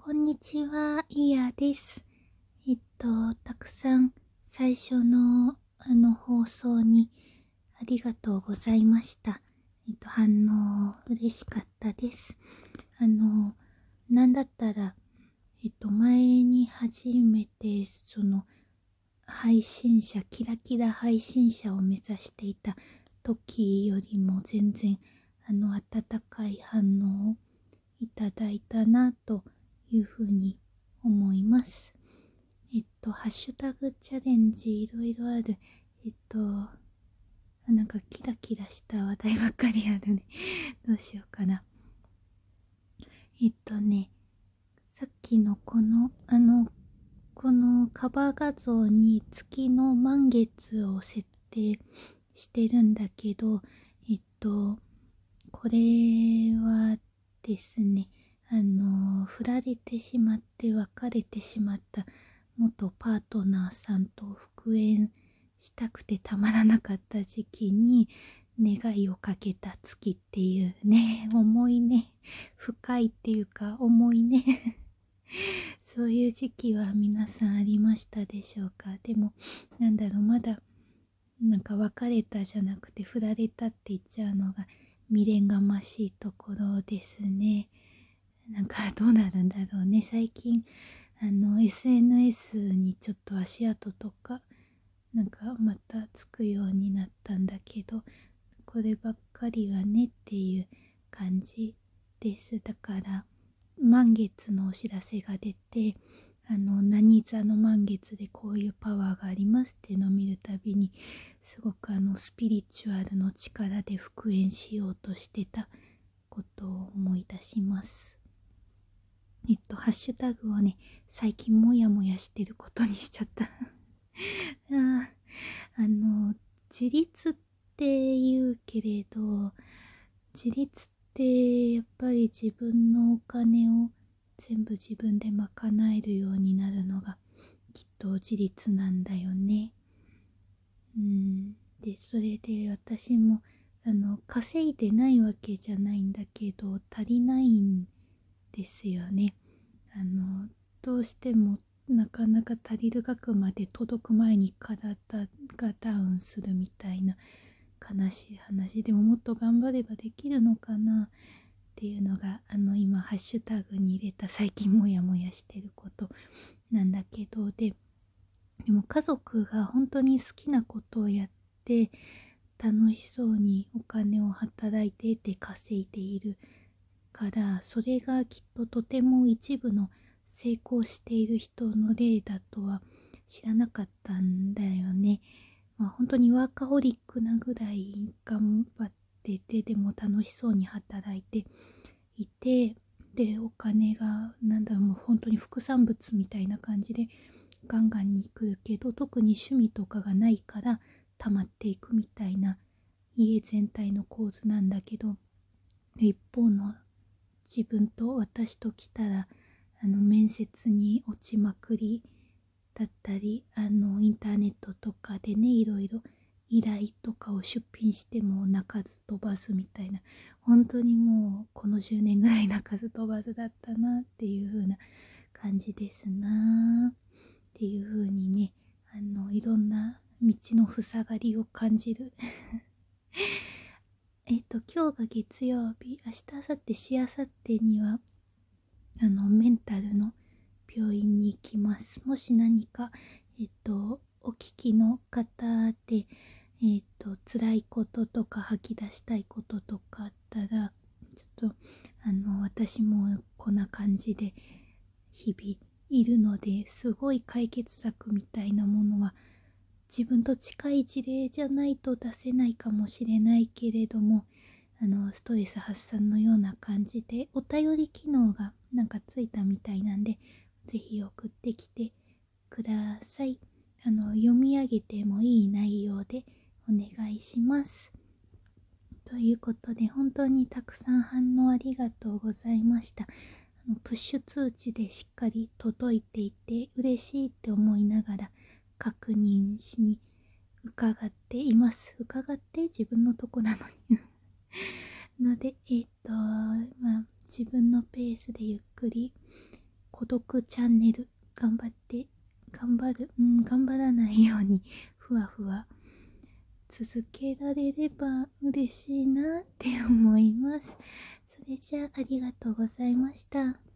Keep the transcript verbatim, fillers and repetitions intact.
こんにちは、いやです。えっと、たくさん最初のあの放送にありがとうございました。えっと、反応嬉しかったです。あの、なんだったら、えっと、前に初めてその配信者、キラキラ配信者を目指していた時よりも全然あの温かい反応をいただいたなというふうに思います。えっと、ハッシュタグチャレンジいろいろある。えっと、なんかキラキラした話題ばっかりあるね。どうしようかな。えっとね、さっきのこの、あの、このカバー画像に月の満月を設定してるんだけど、えっと、これはですね、あの、振られてしまって別れてしまった元パートナーさんと復縁したくてたまらなかった時期に願いをかけた月っていうね、重いね、深いっていうか重いね。そういう時期は皆さんありましたでしょうか。でも、なんだろう、まだ、なんか別れたじゃなくて振られたって言っちゃうのが未練がましいところですね。なんかどうなるんだろうね。最近、あの、エスエヌエス にちょっと足跡とか、なんかまたつくようになったんだけど、こればっかりはねっていう感じです。だから満月のお知らせが出て、あの何座の満月でこういうパワーがありますっていうのを見るたびにすごくあのスピリチュアルの力で復縁しようとしてたことを思い出します。えっとハッシュタグをね、最近モヤモヤしてることにしちゃったああの自立って言うけれど、自立ってやっぱり自分のお金を全部自分で賄えるようになるのがきっと自立なんだよね。うん。で、それで私もあの稼いでないわけじゃないんだけど足りないんですよね。あのどうしてもなかなか足りる額まで届く前に体がダウンするみたいな悲しい話でも、もっと頑張ればできるのかなっていうのがあの今ハッシュタグに入れた最近モヤモヤしてることなんだけど、ででも家族が本当に好きなことをやって楽しそうにお金を働いてで稼いでいるから、それがきっととても一部の成功している人の例だとは知らなかったんだよね。まあ、本当にワーカホリックなぐらい頑張ってて、でも楽しそうに働いていて、でお金がなんだろう、もう本当に副産物みたいな感じでガンガンに来るけど、特に趣味とかがないから溜まっていくみたいな家全体の構図なんだけど、一方の自分と私と来たらあの面接に落ちまくりだったり、あのインターネットとかでね、いろいろ依頼とかを出品しても鳴かず飛ばずみたいな、本当にもうこのじゅうねんぐらい鳴かず飛ばずだったなっていう風な感じですなっていう風にね、あのいろんな道の塞がりを感じるえっと今日が月曜日、明日明後日しあさってにはあのメンタルの病院に行きます。もし何かえっとお聞きの方でえっと辛いこととか吐き出したいこととかあったら、ちょっとあの私もこんな感じで日々いるので、すごい解決策みたいなものは自分と近い事例じゃないと出せないかもしれないけれども、あのストレス発散のような感じでお便り機能がなんかついたみたいなんで、ぜひ送ってきてください。あの読み上げてもいい内容でお願いします。ということで、本当にたくさん反応ありがとうございました。あのプッシュ通知でしっかり届いていて嬉しいって思いながら確認しに伺っています。伺って自分のとこなのにので、えっ、とまあ自分のペースでゆっくり孤独チャンネル頑張って頑張るうん頑張らないようにふわふわ続けられれば嬉しいなって思います。それじゃあありがとうございました。